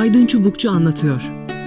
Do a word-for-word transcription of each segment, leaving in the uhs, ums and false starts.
Aydın Çubukçu anlatıyor.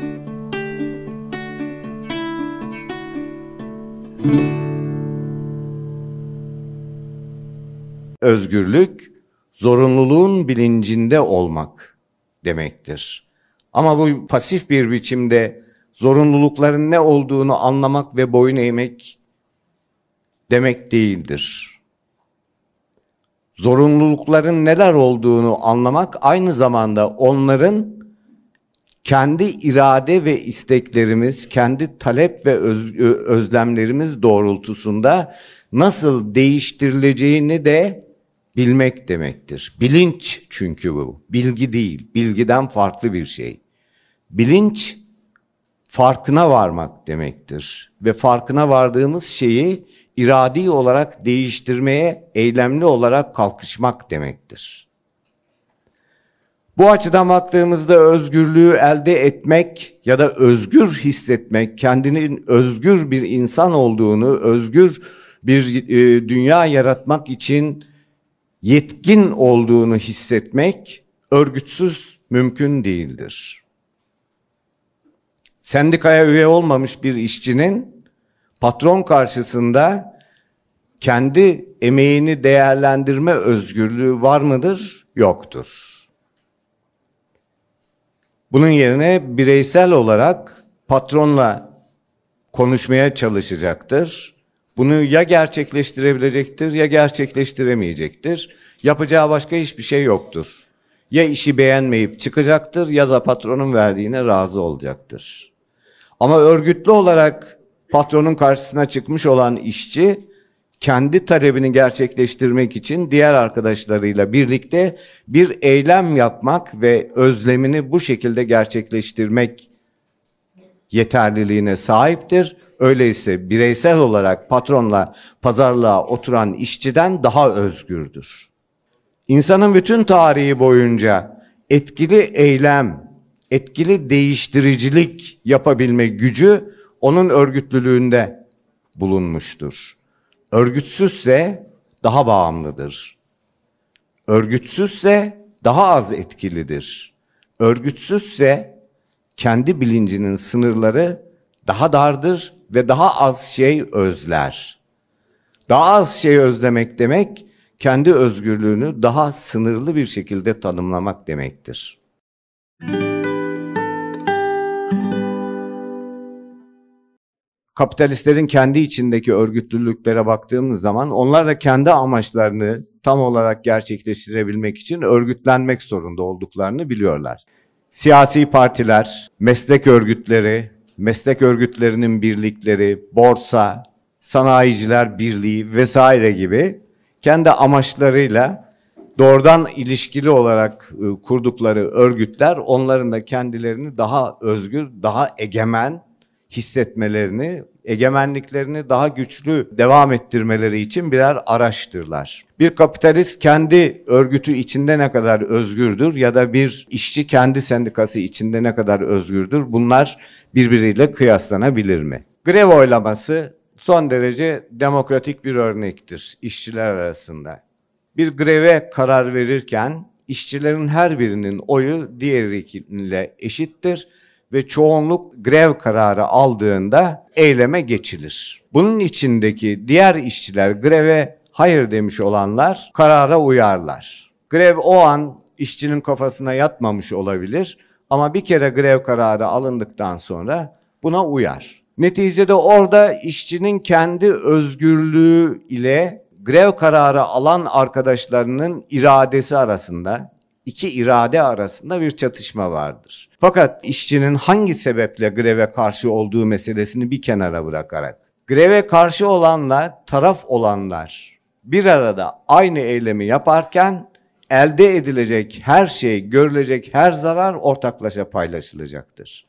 Özgürlük, zorunluluğun bilincinde olmak demektir. Ama bu pasif bir biçimde zorunlulukların ne olduğunu anlamak ve boyun eğmek demek değildir. Zorunlulukların neler olduğunu anlamak aynı zamanda onların kendi irade ve isteklerimiz, kendi talep ve öz, özlemlerimiz doğrultusunda nasıl değiştirileceğini de bilmek demektir. Bilinç çünkü bu. Bilgi değil. Bilgiden farklı bir şey. Bilinç farkına varmak demektir. Ve farkına vardığımız şeyi iradi olarak değiştirmeye eylemli olarak kalkışmak demektir. Bu açıdan baktığımızda özgürlüğü elde etmek ya da özgür hissetmek, kendinin özgür bir insan olduğunu, özgür bir e, dünya yaratmak için yetkin olduğunu hissetmek örgütsüz mümkün değildir. Sendikaya üye olmamış bir işçinin patron karşısında kendi emeğini değerlendirme özgürlüğü var mıdır? Yoktur. Bunun yerine bireysel olarak patronla konuşmaya çalışacaktır. Bunu ya gerçekleştirebilecektir ya gerçekleştiremeyecektir. Yapacağı başka hiçbir şey yoktur. Ya işi beğenmeyip çıkacaktır ya da patronun verdiğine razı olacaktır. Ama örgütlü olarak patronun karşısına çıkmış olan işçi kendi talebini gerçekleştirmek için diğer arkadaşlarıyla birlikte bir eylem yapmak ve özlemini bu şekilde gerçekleştirmek yeterliliğine sahiptir. Öyleyse bireysel olarak patronla pazarlığa oturan işçiden daha özgürdür. İnsanın bütün tarihi boyunca etkili eylem, etkili değiştiricilik yapabilme gücü onun örgütlülüğünde bulunmuştur. Örgütsüzse daha bağımlıdır. Örgütsüzse daha az etkilidir. Örgütsüzse kendi bilincinin sınırları daha dardır ve daha az şey özler. Daha az şey özlemek demek, kendi özgürlüğünü daha sınırlı bir şekilde tanımlamak demektir. Kapitalistlerin kendi içindeki örgütlülüklere baktığımız zaman onlar da kendi amaçlarını tam olarak gerçekleştirebilmek için örgütlenmek zorunda olduklarını biliyorlar. Siyasi partiler, meslek örgütleri, meslek örgütlerinin birlikleri, borsa, sanayiciler birliği vesaire gibi kendi amaçlarıyla doğrudan ilişkili olarak kurdukları örgütler onların da kendilerini daha özgür, daha egemen hissetmelerini, egemenliklerini daha güçlü devam ettirmeleri için birer araçtırlar. Bir kapitalist kendi örgütü içinde ne kadar özgürdür ya da bir işçi kendi sendikası içinde ne kadar özgürdür? Bunlar birbiriyle kıyaslanabilir mi? Grev oylaması son derece demokratik bir örnektir işçiler arasında. Bir greve karar verirken işçilerin her birinin oyu diğeriyle eşittir ve çoğunluk grev kararı aldığında eyleme geçilir. Bunun içindeki diğer işçiler, greve hayır demiş olanlar karara uyarlar. Grev o an işçinin kafasına yatmamış olabilir ama bir kere grev kararı alındıktan sonra buna uyar. Neticede orada işçinin kendi özgürlüğü ile grev kararı alan arkadaşlarının iradesi arasında, iki irade arasında bir çatışma vardır. Fakat işçinin hangi sebeple greve karşı olduğu meselesini bir kenara bırakarak, greve karşı olanla taraf olanlar bir arada aynı eylemi yaparken elde edilecek her şey, görülecek her zarar ortaklaşa paylaşılacaktır.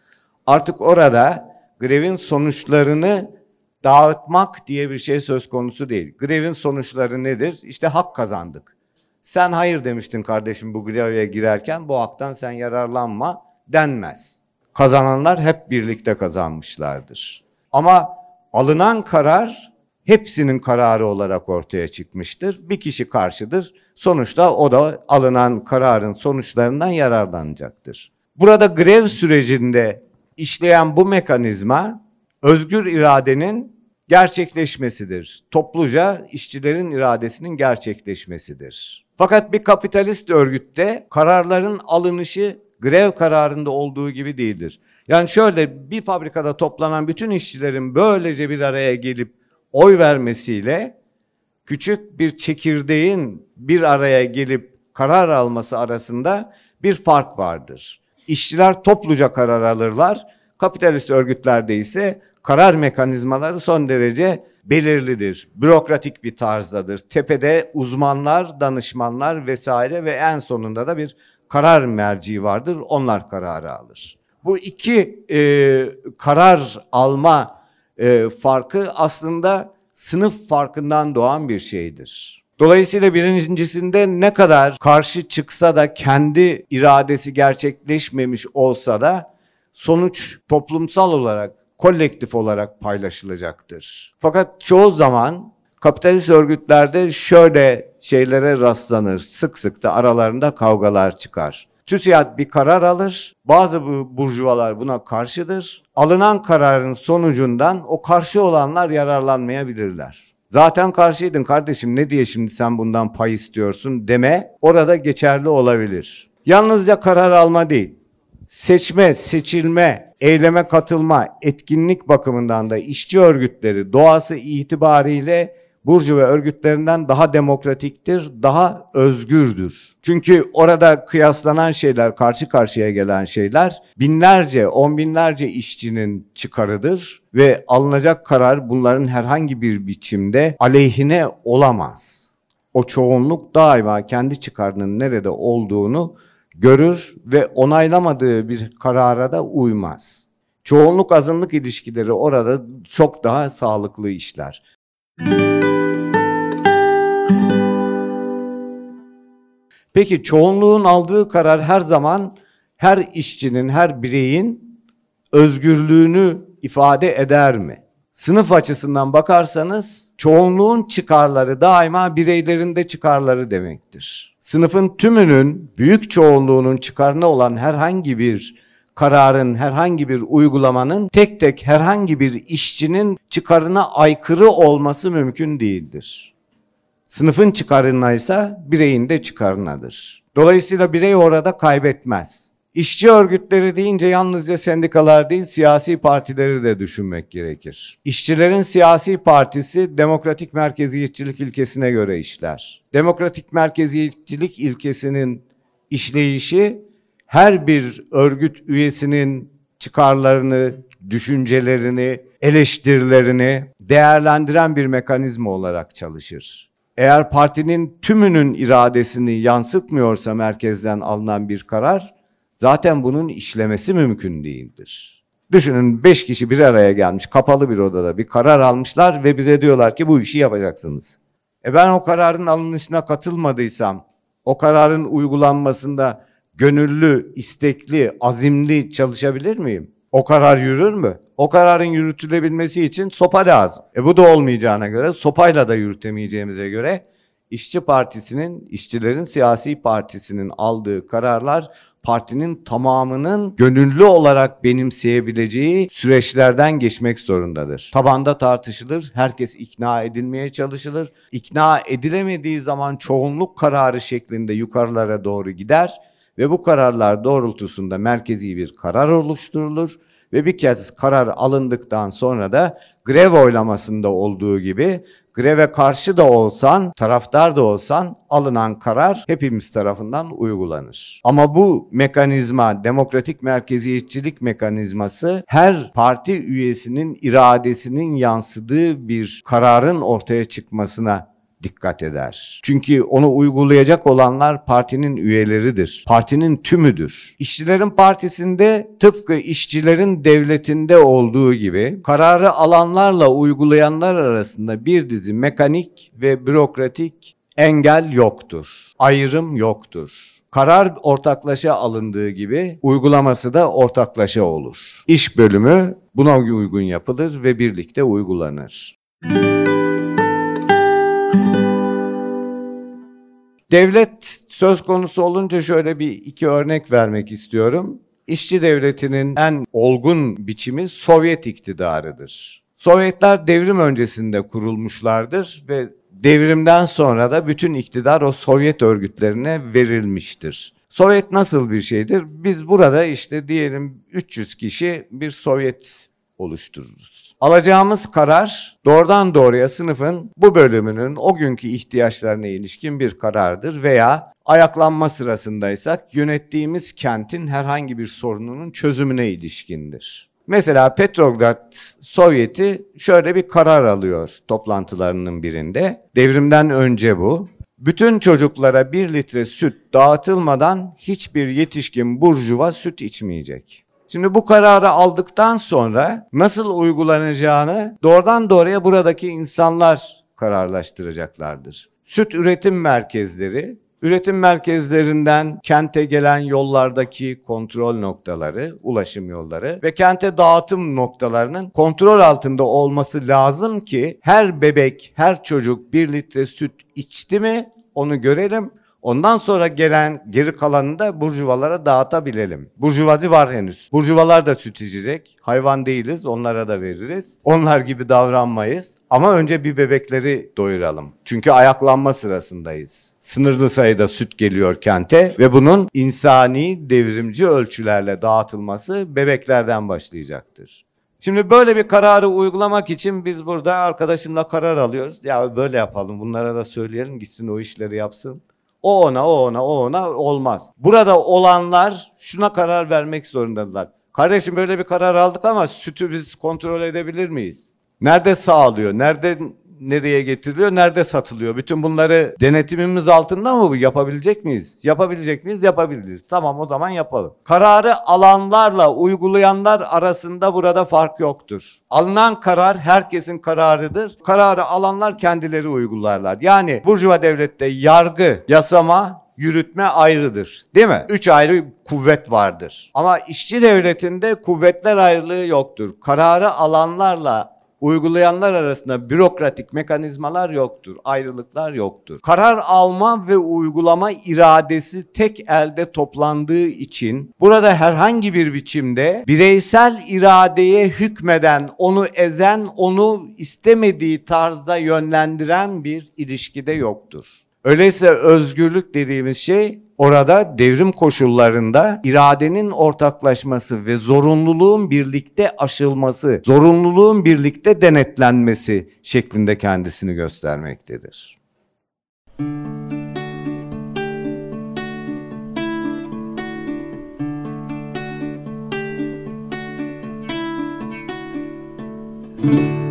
Artık orada grevin sonuçlarını dağıtmak diye bir şey söz konusu değil. Grevin sonuçları nedir? İşte hak kazandık. Sen hayır demiştin kardeşim bu greve girerken, bu haktan sen yararlanma denmez. Kazananlar hep birlikte kazanmışlardır. Ama alınan karar hepsinin kararı olarak ortaya çıkmıştır. Bir kişi karşıdır. Sonuçta o da alınan kararın sonuçlarından yararlanacaktır. Burada grev sürecinde işleyen bu mekanizma özgür iradenin gerçekleşmesidir. Topluca işçilerin iradesinin gerçekleşmesidir. Fakat bir kapitalist örgütte kararların alınışı grev kararında olduğu gibi değildir. Yani şöyle, bir fabrikada toplanan bütün işçilerin böylece bir araya gelip oy vermesiyle küçük bir çekirdeğin bir araya gelip karar alması arasında bir fark vardır. İşçiler topluca karar alırlar. Kapitalist örgütlerde ise karar mekanizmaları son derece belirlidir. Bürokratik bir tarzdadır. Tepede uzmanlar, danışmanlar vesaire ve en sonunda da bir karar merci vardır. Onlar kararı alır. Bu iki e, karar alma e, farkı aslında sınıf farkından doğan bir şeydir. Dolayısıyla birincisinde ne kadar karşı çıksa da kendi iradesi gerçekleşmemiş olsa da sonuç toplumsal olarak, kolektif olarak paylaşılacaktır. Fakat çoğu zaman kapitalist örgütlerde şöyle şeylere rastlanır. Sık sık da aralarında kavgalar çıkar. TÜSİAD bir karar alır, bazı bu burjuvalar buna karşıdır. Alınan kararın sonucundan o karşı olanlar yararlanmayabilirler. Zaten karşıydın kardeşim, ne diye şimdi sen bundan pay istiyorsun deme orada geçerli olabilir. Yalnızca karar alma değil, seçme, seçilme, eyleme katılma, etkinlik bakımından da işçi örgütleri doğası itibariyle burjuva örgütlerinden daha demokratiktir, daha özgürdür. Çünkü orada kıyaslanan şeyler, karşı karşıya gelen şeyler binlerce, on binlerce işçinin çıkarıdır ve alınacak karar bunların herhangi bir biçimde aleyhine olamaz. O çoğunluk daima kendi çıkarının nerede olduğunu görür ve onaylamadığı bir karara da uymaz. Çoğunluk azınlık ilişkileri orada çok daha sağlıklı işler. Peki çoğunluğun aldığı karar her zaman her işçinin, her bireyin özgürlüğünü ifade eder mi? Sınıf açısından bakarsanız çoğunluğun çıkarları daima bireylerin de çıkarları demektir. Sınıfın tümünün, büyük çoğunluğunun çıkarına olan herhangi bir kararın, herhangi bir uygulamanın tek tek herhangi bir işçinin çıkarına aykırı olması mümkün değildir. Sınıfın çıkarına ise bireyin de çıkarınadır. Dolayısıyla birey orada kaybetmez. İşçi örgütleri deyince yalnızca sendikalar değil, siyasi partileri de düşünmek gerekir. İşçilerin siyasi partisi demokratik merkeziyetçilik ilkesine göre işler. Demokratik merkeziyetçilik ilkesinin işleyişi her bir örgüt üyesinin çıkarlarını, düşüncelerini, eleştirilerini değerlendiren bir mekanizma olarak çalışır. Eğer partinin tümünün iradesini yansıtmıyorsa merkezden alınan bir karar, zaten bunun işlemesi mümkün değildir. Düşünün, beş kişi bir araya gelmiş, kapalı bir odada bir karar almışlar ve bize diyorlar ki bu işi yapacaksınız. E ben o kararın alınışına katılmadıysam, o kararın uygulanmasında gönüllü, istekli, azimli çalışabilir miyim? O karar yürür mü? O kararın yürütülebilmesi için sopa lazım. E bu da olmayacağına göre, sopayla da yürütemeyeceğimize göre İşçi Partisi'nin, işçilerin siyasi partisinin aldığı kararlar partinin tamamının gönüllü olarak benimseyebileceği süreçlerden geçmek zorundadır. Tabanda tartışılır, herkes ikna edilmeye çalışılır. İkna edilemediği zaman çoğunluk kararı şeklinde yukarılara doğru gider ve bu kararlar doğrultusunda merkezi bir karar oluşturulur. Ve bir kez karar alındıktan sonra da grev oylamasında olduğu gibi greve karşı da olsan, taraftar da olsan alınan karar hepimiz tarafından uygulanır. Ama bu mekanizma, demokratik merkeziyetçilik mekanizması her parti üyesinin iradesinin yansıdığı bir kararın ortaya çıkmasına dikkat eder. Çünkü onu uygulayacak olanlar partinin üyeleridir. Partinin tümüdür. İşçilerin partisinde tıpkı işçilerin devletinde olduğu gibi kararı alanlarla uygulayanlar arasında bir dizi mekanik ve bürokratik engel yoktur. Ayrım yoktur. Karar ortaklaşa alındığı gibi uygulaması da ortaklaşa olur. İş bölümü buna uygun yapılır ve birlikte uygulanır. Devlet söz konusu olunca şöyle bir iki örnek vermek istiyorum. İşçi devletinin en olgun biçimi Sovyet iktidarıdır. Sovyetler devrim öncesinde kurulmuşlardır ve devrimden sonra da bütün iktidar o Sovyet örgütlerine verilmiştir. Sovyet nasıl bir şeydir? Biz burada işte diyelim üç yüz kişi bir Sovyet oluştururuz. Alacağımız karar doğrudan doğruya sınıfın bu bölümünün o günkü ihtiyaçlarına ilişkin bir karardır veya ayaklanma sırasındaysak yönettiğimiz kentin herhangi bir sorununun çözümüne ilişkindir. Mesela Petrograd Sovyeti şöyle bir karar alıyor toplantılarının birinde. Devrimden önce bu. Bütün çocuklara bir litre süt dağıtılmadan hiçbir yetişkin burjuva süt içmeyecek. Şimdi bu kararı aldıktan sonra nasıl uygulanacağını doğrudan doğruya buradaki insanlar kararlaştıracaklardır. Süt üretim merkezleri, üretim merkezlerinden kente gelen yollardaki kontrol noktaları, ulaşım yolları ve kente dağıtım noktalarının kontrol altında olması lazım ki her bebek, her çocuk bir litre süt içti mi onu görelim. Ondan sonra gelen geri kalanını da burjuvalara dağıtabilelim. Burjuvazi var henüz. Burjuvalar da süt içecek. Hayvan değiliz, onlara da veririz. Onlar gibi davranmayız. Ama önce bir bebekleri doyuralım. Çünkü ayaklanma sırasındayız. Sınırlı sayıda süt geliyor kente ve bunun insani devrimci ölçülerle dağıtılması bebeklerden başlayacaktır. Şimdi böyle bir kararı uygulamak için biz burada arkadaşımla karar alıyoruz. Ya böyle yapalım, bunlara da söyleyelim, gitsin o işleri yapsın. O ona, o ona, o ona olmaz. Burada olanlar şuna karar vermek zorundadılar. Kardeşim böyle bir karar aldık ama sütü biz kontrol edebilir miyiz? Nerede sağlıyor? Nerede nereye getiriliyor? Nerede satılıyor? Bütün bunları denetimimiz altında mı bu? Yapabilecek miyiz? Yapabilecek miyiz? Yapabiliriz. Tamam, o zaman yapalım. Kararı alanlarla uygulayanlar arasında burada fark yoktur. Alınan karar herkesin kararıdır. Kararı alanlar kendileri uygularlar. Yani Burjuva devlette yargı, yasama, yürütme ayrıdır. Değil mi? Üç ayrı kuvvet vardır. Ama işçi devletinde kuvvetler ayrılığı yoktur. Kararı alanlarla uygulayanlar arasında bürokratik mekanizmalar yoktur, ayrılıklar yoktur. Karar alma ve uygulama iradesi tek elde toplandığı için burada herhangi bir biçimde bireysel iradeye hükmeden, onu ezen, onu istemediği tarzda yönlendiren bir ilişkide yoktur. Öyleyse özgürlük dediğimiz şey orada devrim koşullarında iradenin ortaklaşması ve zorunluluğun birlikte aşılması, zorunluluğun birlikte denetlenmesi şeklinde kendisini göstermektedir. Müzik